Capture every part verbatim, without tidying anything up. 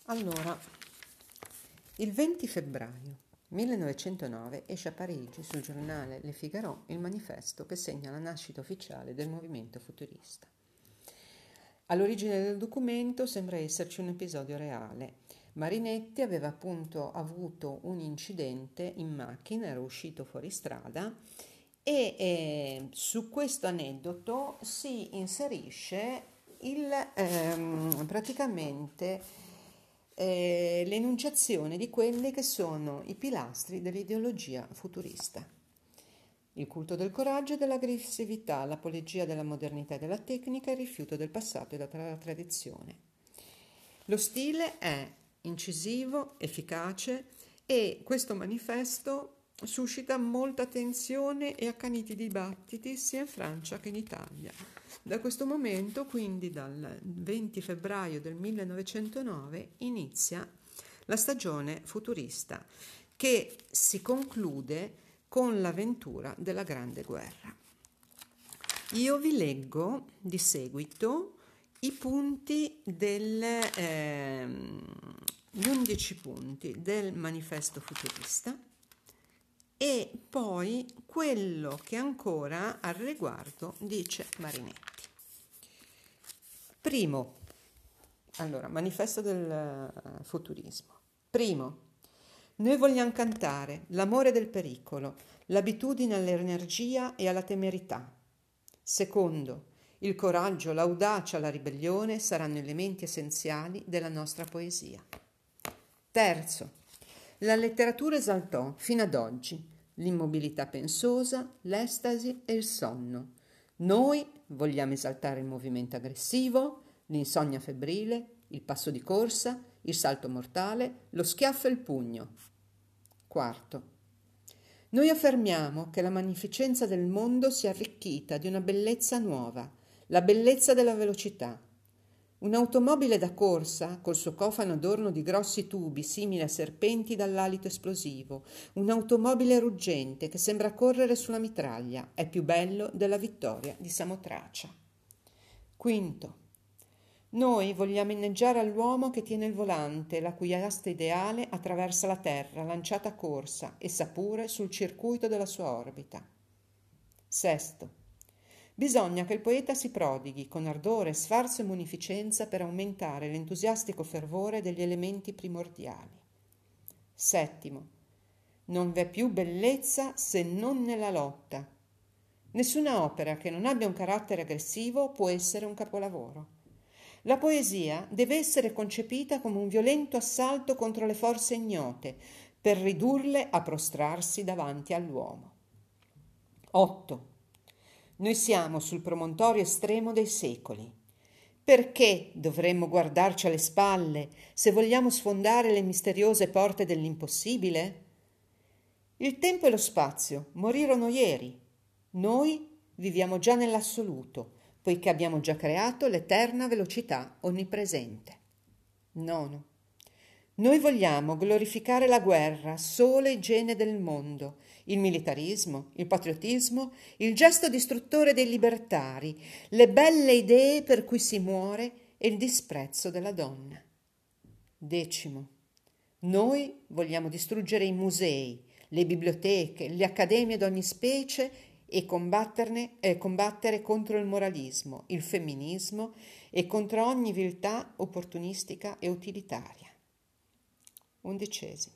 Allora, il venti febbraio millenovecentonove esce a Parigi sul giornale Le Figaro il manifesto che segna la nascita ufficiale del movimento futurista. All'origine del documento sembra esserci un episodio reale. Marinetti aveva appunto avuto un incidente in macchina, era uscito fuori strada e eh, su questo aneddoto si inserisce il, ehm, praticamente eh, l'enunciazione di quelli che sono i pilastri dell'ideologia futurista. Il culto del coraggio e dell'aggressività, l'apologia della modernità e della tecnica, il rifiuto del passato e della tradizione. Lo stile è incisivo, efficace e questo manifesto suscita molta tensione e accaniti dibattiti sia in Francia che in Italia. Da questo momento, quindi dal venti febbraio del millenovecentonove, inizia la stagione futurista che si conclude con l'avventura della Grande Guerra. Io vi leggo di seguito i punti del, eh, gli undici punti del manifesto futurista e poi quello che ancora al riguardo dice Marinetti. Primo, allora, manifesto del futurismo. Primo, noi vogliamo cantare l'amore del pericolo, l'abitudine all'energia e alla temerità. Secondo, il coraggio, l'audacia, la ribellione saranno elementi essenziali della nostra poesia. Terzo, la letteratura esaltò, fino ad oggi, l'immobilità pensosa, l'estasi e il sonno. Noi vogliamo esaltare il movimento aggressivo, l'insonnia febbrile, il passo di corsa, il salto mortale, lo schiaffo e il pugno. Quarto, noi affermiamo che la magnificenza del mondo sia arricchita di una bellezza nuova, la bellezza della velocità. Un'automobile da corsa, col suo cofano adorno di grossi tubi simili a serpenti dall'alito esplosivo, un'automobile ruggente che sembra correre sulla mitraglia, è più bello della vittoria di Samotracia. Quinto, noi vogliamo inneggiare all'uomo che tiene il volante, la cui asta ideale attraversa la Terra, lanciata a corsa, essa pure sul circuito della sua orbita. Sesto, bisogna che il poeta si prodighi con ardore, sfarzo e munificenza per aumentare l'entusiastico fervore degli elementi primordiali. Settimo, non v'è più bellezza se non nella lotta. Nessuna opera che non abbia un carattere aggressivo può essere un capolavoro. La poesia deve essere concepita come un violento assalto contro le forze ignote, per ridurle a prostrarsi davanti all'uomo. Otto. Noi siamo sul promontorio estremo dei secoli. Perché dovremmo guardarci alle spalle se vogliamo sfondare le misteriose porte dell'impossibile? Il tempo e lo spazio morirono ieri. Noi viviamo già nell'assoluto, poiché abbiamo già creato l'eterna velocità onnipresente. Nono. Noi vogliamo glorificare la guerra, sole e gene del mondo, il militarismo, il patriottismo, il gesto distruttore dei libertari, le belle idee per cui si muore e il disprezzo della donna. Decimo. Noi vogliamo distruggere i musei, le biblioteche, le accademie d'ogni specie e combatterne, eh, combattere contro il moralismo, il femminismo e contro ogni viltà opportunistica e utilitaria. Undicesimo.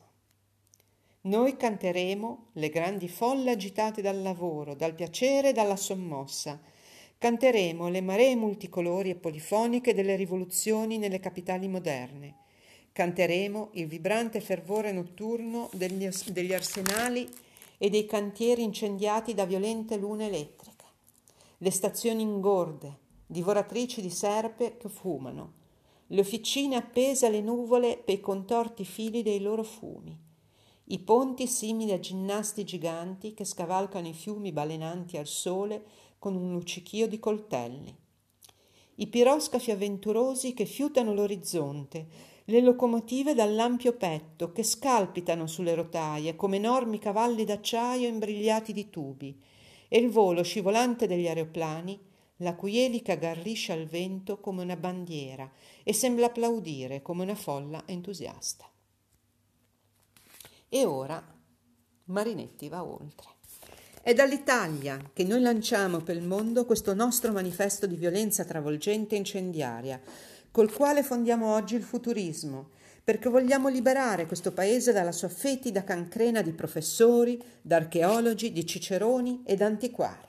Noi canteremo le grandi folle agitate dal lavoro, dal piacere e dalla sommossa. Canteremo le maree multicolori e polifoniche delle rivoluzioni nelle capitali moderne. Canteremo il vibrante fervore notturno degli, degli arsenali e dei cantieri incendiati da violente lune elettriche, le stazioni ingorde, divoratrici di serpe che fumano, le officine appese alle nuvole per i contorti fili dei loro fumi, i ponti simili a ginnasti giganti che scavalcano i fiumi balenanti al sole con un luccichio di coltelli, i piroscafi avventurosi che fiutano l'orizzonte, le locomotive dall'ampio petto che scalpitano sulle rotaie come enormi cavalli d'acciaio imbrigliati di tubi, e il volo scivolante degli aeroplani, la cui elica garriscia al vento come una bandiera e sembra applaudire come una folla entusiasta. E ora Marinetti va oltre. È dall'Italia che noi lanciamo per il mondo questo nostro manifesto di violenza travolgente e incendiaria, col quale fondiamo oggi il futurismo, perché vogliamo liberare questo paese dalla sua fetida cancrena di professori, d'archeologi, di ciceroni ed antiquari.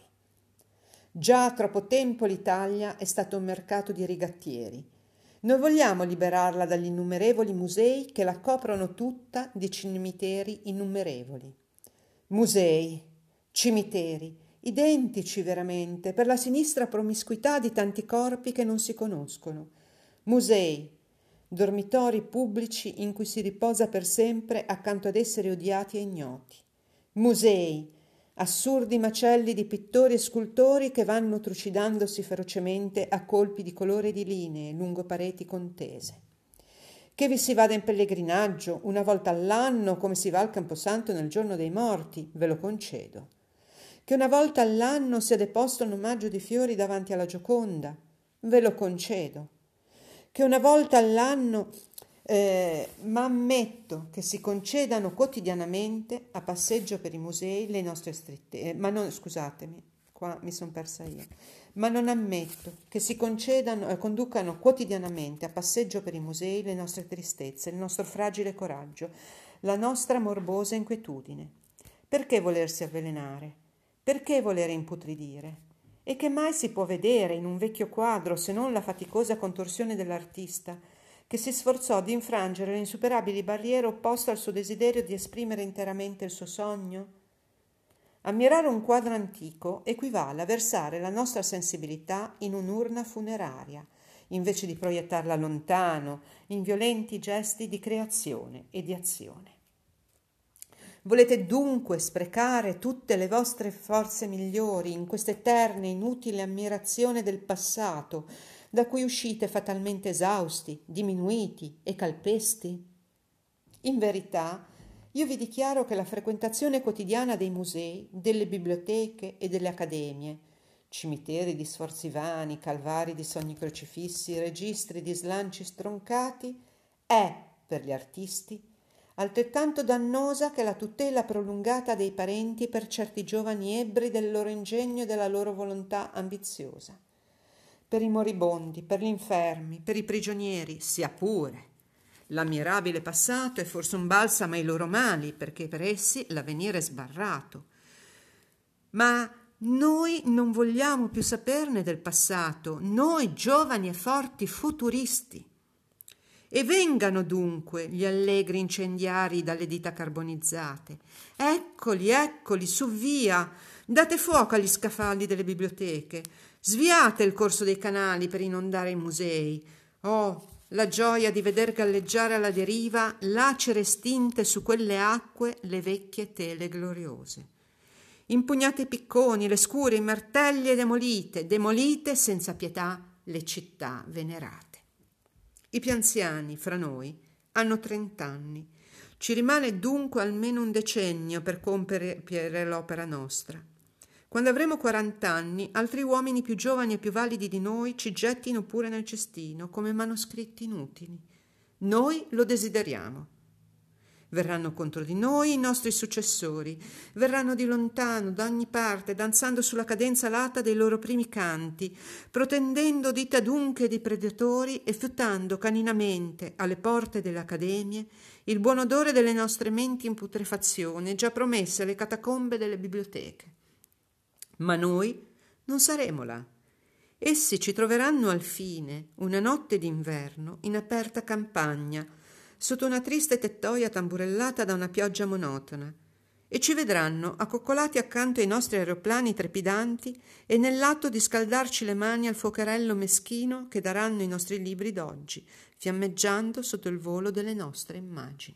Già troppo tempo l'Italia è stato un mercato di rigattieri. Noi vogliamo liberarla dagli innumerevoli musei che la coprono tutta di cimiteri innumerevoli. Musei, cimiteri, identici veramente, per la sinistra promiscuità di tanti corpi che non si conoscono. Musei, dormitori pubblici in cui si riposa per sempre accanto ad esseri odiati e ignoti. Musei, assurdi macelli di pittori e scultori che vanno trucidandosi ferocemente a colpi di colore di linee lungo pareti contese. Che vi si vada in pellegrinaggio una volta all'anno come si va al Camposanto nel giorno dei morti, ve lo concedo. Che una volta all'anno sia deposto un omaggio di fiori davanti alla Gioconda, ve lo concedo. Che una volta all'anno, eh, ma ammetto che si concedano quotidianamente a passeggio per i musei le nostre stritte, eh, ma non, scusatemi, qua mi sono persa io, ma non ammetto che si concedano e eh, conducano quotidianamente a passeggio per i musei le nostre tristezze, il nostro fragile coraggio, la nostra morbosa inquietudine. Perché volersi avvelenare? Perché voler imputridire? E che mai si può vedere in un vecchio quadro se non la faticosa contorsione dell'artista che si sforzò di infrangere le insuperabili barriere opposte al suo desiderio di esprimere interamente il suo sogno? Ammirare un quadro antico equivale a versare la nostra sensibilità in un'urna funeraria, invece di proiettarla lontano in violenti gesti di creazione e di azione. Volete dunque sprecare tutte le vostre forze migliori in questa eterna e inutile ammirazione del passato, da cui uscite fatalmente esausti, diminuiti e calpesti? In verità, io vi dichiaro che la frequentazione quotidiana dei musei, delle biblioteche e delle accademie, cimiteri di sforzi vani, calvari di sogni crocifissi, registri di slanci stroncati, è, per gli artisti, altrettanto dannosa che la tutela prolungata dei parenti per certi giovani ebbri del loro ingegno e della loro volontà ambiziosa. Per i moribondi, per gli infermi, per i prigionieri, sia pure. L'ammirabile passato è forse un balsamo ai loro mali, perché per essi l'avvenire è sbarrato. Ma noi non vogliamo più saperne del passato, noi giovani e forti futuristi. E vengano dunque gli allegri incendiari dalle dita carbonizzate. Eccoli, eccoli, su via, date fuoco agli scaffali delle biblioteche, sviate il corso dei canali per inondare i musei. Oh, la gioia di veder galleggiare alla deriva, lacere e stinte su quelle acque, le vecchie tele gloriose. Impugnate i picconi, le scure, i martelli e demolite, demolite senza pietà le città venerate. I più anziani fra noi hanno trent'anni. Ci rimane dunque almeno un decennio per compiere l'opera nostra. Quando avremo quarant'anni, altri uomini più giovani e più validi di noi ci gettino pure nel cestino come manoscritti inutili. Noi lo desideriamo. Verranno contro di noi i nostri successori, verranno di lontano, da ogni parte, danzando sulla cadenza lata dei loro primi canti, protendendo dita adunche di predatori e fiutando caninamente alle porte delle accademie il buon odore delle nostre menti in putrefazione, già promesse alle catacombe delle biblioteche. Ma noi non saremo là. Essi ci troveranno al fine, una notte d'inverno, in aperta campagna, sotto una triste tettoia tamburellata da una pioggia monotona, e ci vedranno accoccolati accanto ai nostri aeroplani trepidanti e nell'atto di scaldarci le mani al fuocherello meschino che daranno i nostri libri d'oggi, fiammeggiando sotto il volo delle nostre immagini.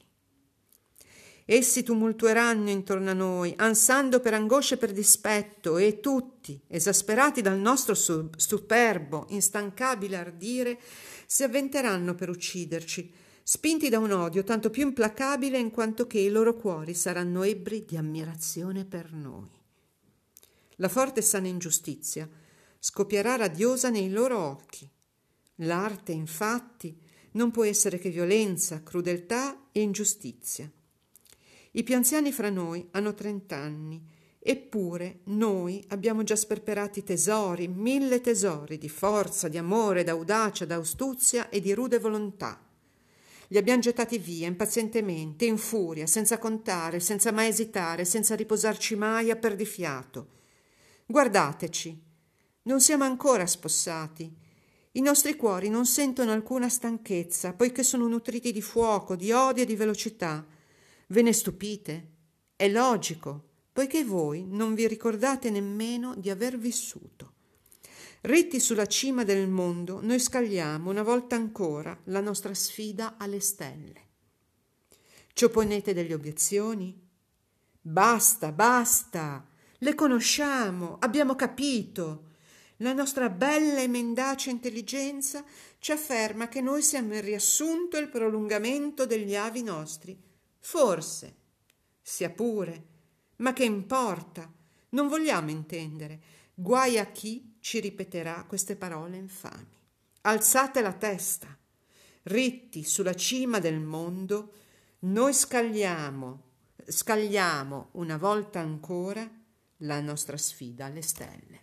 Essi tumultueranno intorno a noi, ansando per angoscia e per dispetto, e tutti, esasperati dal nostro superbo, instancabile ardire, si avventeranno per ucciderci, spinti da un odio tanto più implacabile in quanto che i loro cuori saranno ebbri di ammirazione per noi. La forte e sana ingiustizia scoppierà radiosa nei loro occhi. L'arte, infatti, non può essere che violenza, crudeltà e ingiustizia. I più anziani fra noi hanno trent'anni, eppure noi abbiamo già sperperati tesori, mille tesori di forza, di amore, d'audacia, d'astuzia e di rude volontà. Li abbiamo gettati via impazientemente, in furia, senza contare, senza mai esitare, senza riposarci mai a perdifiato. Guardateci, non siamo ancora spossati. I nostri cuori non sentono alcuna stanchezza, poiché sono nutriti di fuoco, di odio e di velocità. Ve ne stupite? È logico, poiché voi non vi ricordate nemmeno di aver vissuto. Ritti sulla cima del mondo, noi scagliamo una volta ancora la nostra sfida alle stelle. Ci opponete delle obiezioni? Basta, basta! Le conosciamo, abbiamo capito. La nostra bella e mendace intelligenza ci afferma che noi siamo il riassunto e il prolungamento degli avi nostri. Forse, sia pure, ma che importa? Non vogliamo intendere. Guai a chi ci ripeterà queste parole infami. Alzate la testa. Ritti sulla cima del mondo, noi scagliamo, scagliamo una volta ancora la nostra sfida alle stelle.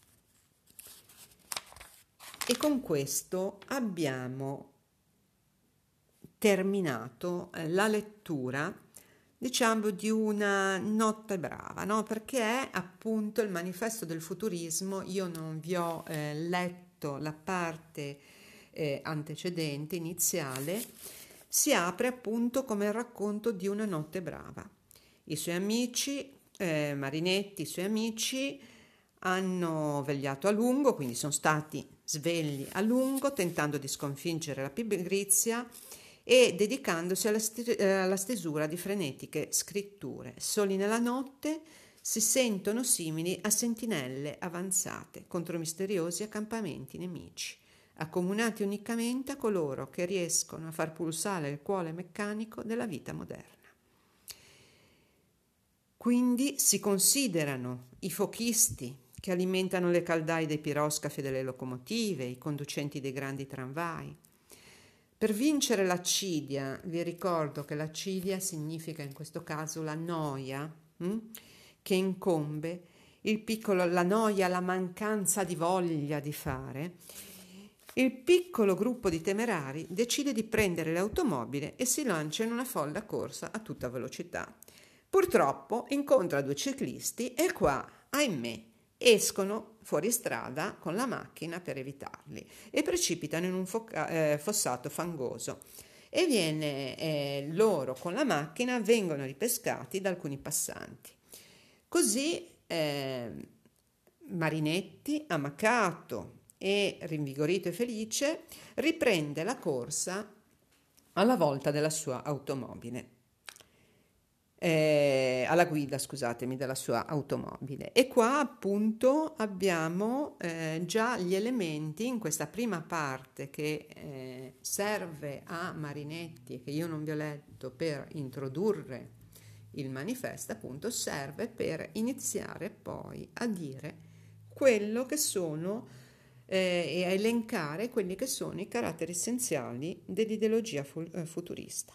E con questo abbiamo terminato la lettura, diciamo, di una notte brava, no? Perché è appunto il manifesto del futurismo. Io non vi ho eh, letto la parte eh, antecedente, iniziale. Si apre appunto come il racconto di una notte brava. I suoi amici, eh, Marinetti, i suoi amici, hanno vegliato a lungo, quindi sono stati svegli a lungo, tentando di sconfiggere la pigrizia e dedicandosi alla, st- alla stesura di frenetiche scritture. Soli nella notte si sentono simili a sentinelle avanzate contro misteriosi accampamenti nemici, accomunati unicamente a coloro che riescono a far pulsare il cuore meccanico della vita moderna. Quindi si considerano i fochisti che alimentano le caldaie dei piroscafi delle locomotive, i conducenti dei grandi tramvai. Per vincere l'accidia, vi ricordo che l'accidia significa in questo caso la noia hm? che incombe, il piccolo, la noia, la mancanza di voglia di fare. Il piccolo gruppo di temerari decide di prendere l'automobile e si lancia in una folla corsa a tutta velocità. Purtroppo incontra due ciclisti e qua, ahimè, escono fuori strada con la macchina per evitarli e precipitano in un foca- eh, fossato fangoso e viene eh, loro con la macchina vengono ripescati da alcuni passanti. Così eh, Marinetti, amacato e rinvigorito e felice, riprende la corsa alla volta della sua automobile. Eh, alla guida, scusatemi, della sua automobile. E qua appunto abbiamo eh, già gli elementi in questa prima parte che eh, serve a Marinetti, che io non vi ho letto, per introdurre il manifesto, appunto serve per iniziare poi a dire quello che sono eh, e a elencare quelli che sono i caratteri essenziali dell'ideologia fu- eh, futurista,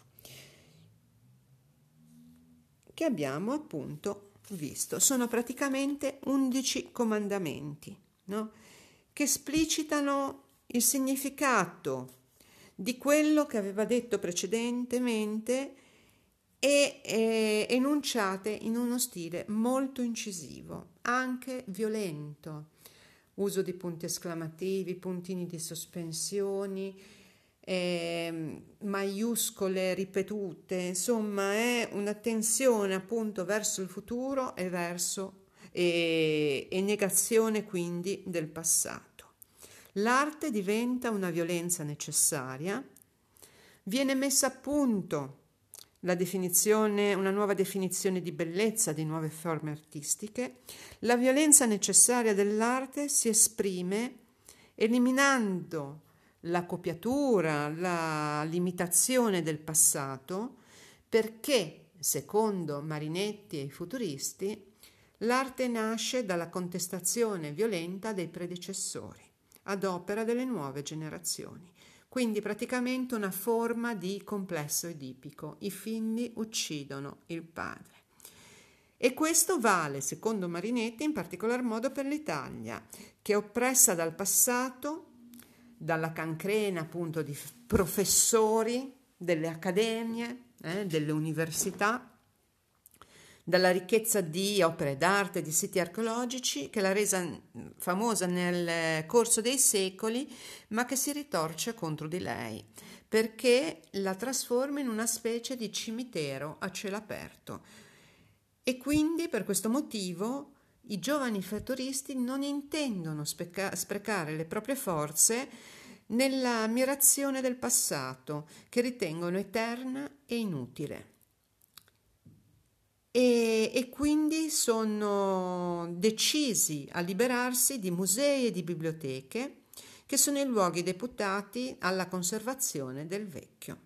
che abbiamo appunto visto. Sono praticamente undici comandamenti, no? Che esplicitano il significato di quello che aveva detto precedentemente e eh, enunciate in uno stile molto incisivo, anche violento. Uso di punti esclamativi, puntini di sospensioni, Eh, maiuscole ripetute, insomma è una tensione appunto verso il futuro e verso e, e negazione quindi del passato. L'arte diventa una violenza necessaria, viene messa a punto la definizione, una nuova definizione di bellezza, di nuove forme artistiche. La violenza necessaria dell'arte si esprime eliminando la copiatura, la limitazione del passato, perché, secondo Marinetti e i futuristi, L'arte nasce dalla contestazione violenta dei predecessori, ad opera delle nuove generazioni. Quindi praticamente una forma di complesso edipico. I figli uccidono il padre. E questo vale, secondo Marinetti, in particolar modo per l'Italia, che oppressa dal passato, dalla cancrena appunto di professori delle accademie, eh, delle università, dalla ricchezza di opere d'arte, di siti archeologici, che l'ha resa famosa nel corso dei secoli, ma che si ritorce contro di lei, perché la trasforma in una specie di cimitero a cielo aperto. E quindi, per questo motivo, i giovani futuristi non intendono speca- sprecare le proprie forze nell'ammirazione del passato, che ritengono eterna e inutile. E, e quindi sono decisi a liberarsi di musei e di biblioteche, che sono i luoghi deputati alla conservazione del vecchio.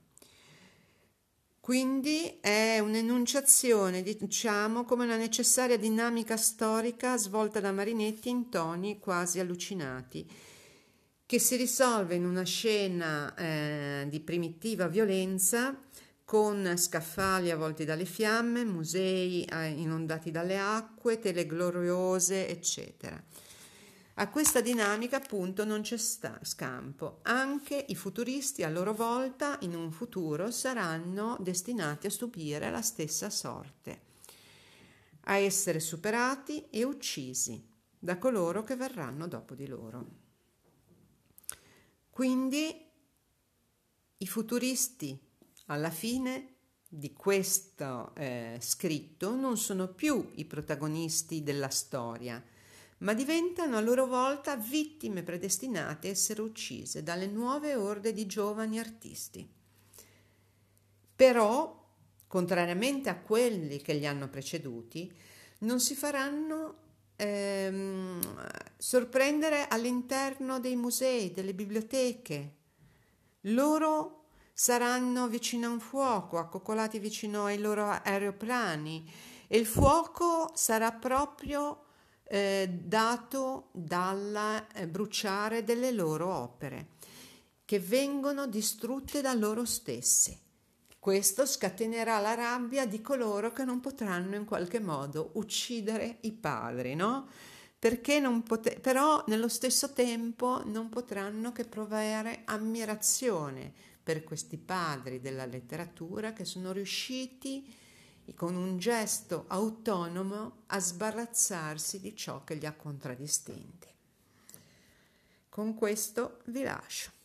Quindi è un'enunciazione, diciamo, come una necessaria dinamica storica svolta da Marinetti in toni quasi allucinati, che si risolve in una scena eh, di primitiva violenza, con scaffali avvolti dalle fiamme, musei inondati dalle acque, tele gloriose, eccetera. A questa dinamica appunto non c'è sta- scampo. Anche i futuristi a loro volta in un futuro saranno destinati a subire la stessa sorte, a essere superati e uccisi da coloro che verranno dopo di loro. Quindi i futuristi alla fine di questo eh, scritto non sono più i protagonisti della storia, ma diventano a loro volta vittime predestinate a essere uccise dalle nuove orde di giovani artisti. Però, contrariamente a quelli che li hanno preceduti, non si faranno ehm, sorprendere all'interno dei musei, delle biblioteche. Loro saranno vicino a un fuoco, accoccolati vicino ai loro aeroplani, e il fuoco sarà proprio eh, dato dal eh, bruciare delle loro opere, che vengono distrutte da loro stessi. Questo scatenerà la rabbia di coloro che non potranno in qualche modo uccidere i padri, no? Perché non pote- però nello stesso tempo non potranno che provare ammirazione per questi padri della letteratura che sono riusciti con un gesto autonomo a sbarazzarsi di ciò che li ha contraddistinti. Con questo vi lascio.